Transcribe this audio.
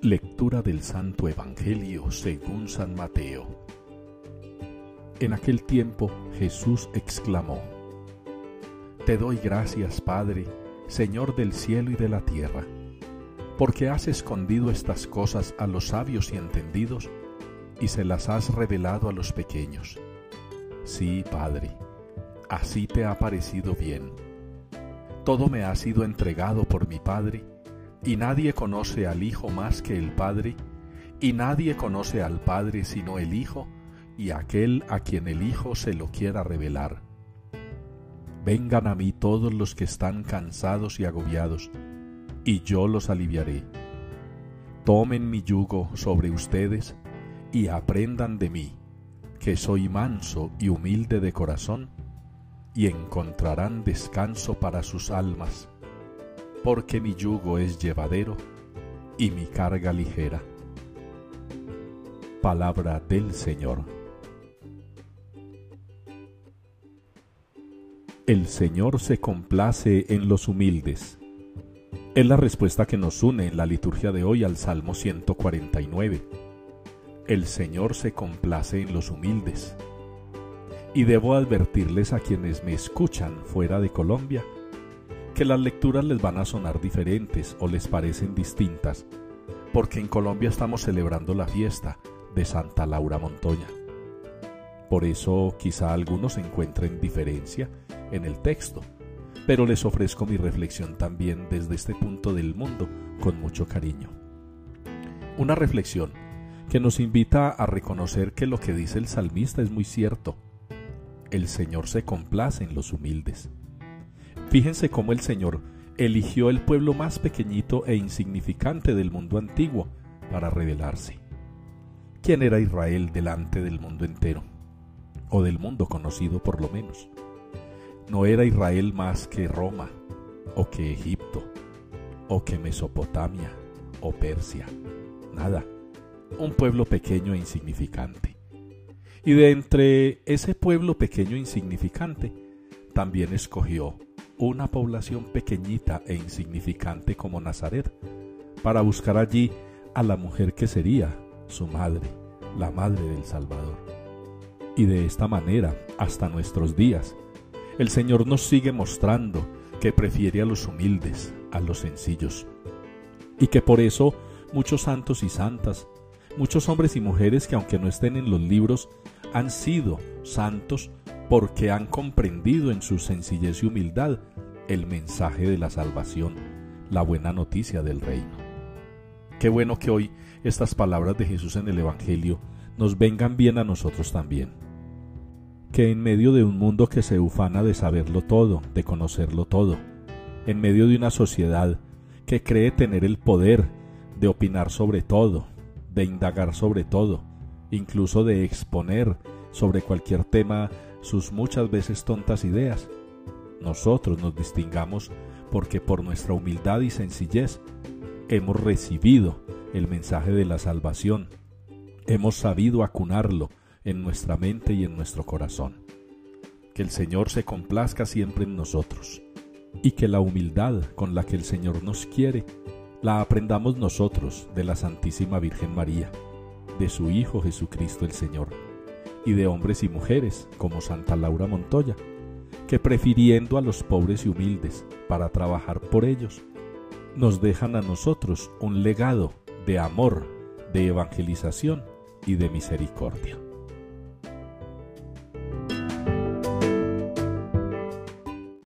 Lectura del Santo Evangelio según San Mateo. En aquel tiempo Jesús exclamó: Te doy gracias, Padre, Señor del cielo y de la tierra, porque has escondido estas cosas a los sabios y entendidos y se las has revelado a los pequeños. Sí, Padre, así te ha parecido bien. Todo me ha sido entregado por mi Padre, y nadie conoce al Hijo más que el Padre, y nadie conoce al Padre sino el Hijo, y aquel a quien el Hijo se lo quiera revelar. Vengan a mí todos los que están cansados y agobiados, y yo los aliviaré. Tomen mi yugo sobre ustedes, y aprendan de mí, que soy manso y humilde de corazón, y encontrarán descanso para sus almas, porque mi yugo es llevadero y mi carga ligera. Palabra del Señor. El Señor se complace en los humildes. Es la respuesta que nos une en la liturgia de hoy al Salmo 149. El Señor se complace en los humildes. Y debo advertirles a quienes me escuchan fuera de Colombia que las lecturas les van a sonar diferentes o les parecen distintas, porque en Colombia estamos celebrando la fiesta de Santa Laura Montoya. Por eso quizá algunos encuentren diferencia en el texto, pero les ofrezco mi reflexión también desde este punto del mundo con mucho cariño. Una reflexión que nos invita a reconocer que lo que dice el salmista es muy cierto. El Señor se complace en los humildes. Fíjense cómo el Señor eligió el pueblo más pequeñito e insignificante del mundo antiguo para revelarse. ¿Quién era Israel delante del mundo entero? O del mundo conocido por lo menos. No era Israel más que Roma, o que Egipto, o que Mesopotamia, o Persia. Nada. Un pueblo pequeño e insignificante. Y de entre ese pueblo pequeño e insignificante, también escogió una población pequeñita e insignificante como Nazaret, para buscar allí a la mujer que sería su madre, la madre del Salvador. Y de esta manera, hasta nuestros días, el Señor nos sigue mostrando que prefiere a los humildes, a los sencillos, y que por eso muchos santos y santas, muchos hombres y mujeres que aunque no estén en los libros, han sido santos porque han comprendido en su sencillez y humildad el mensaje de la salvación, la buena noticia del reino. Qué bueno que hoy estas palabras de Jesús en el Evangelio nos vengan bien a nosotros también. Que en medio de un mundo que se ufana de saberlo todo, de conocerlo todo, en medio de una sociedad que cree tener el poder de opinar sobre todo, de indagar sobre todo, incluso de exponer sobre cualquier tema sus muchas veces tontas ideas, nosotros nos distingamos porque por nuestra humildad y sencillez hemos recibido el mensaje de la salvación, hemos sabido acunarlo en nuestra mente y en nuestro corazón. Que el Señor se complazca siempre en nosotros y que la humildad con la que el Señor nos quiere la aprendamos nosotros de la Santísima Virgen María, de su Hijo Jesucristo el Señor, y de hombres y mujeres como Santa Laura Montoya, que prefiriendo a los pobres y humildes para trabajar por ellos, nos dejan a nosotros un legado de amor, de evangelización y de misericordia.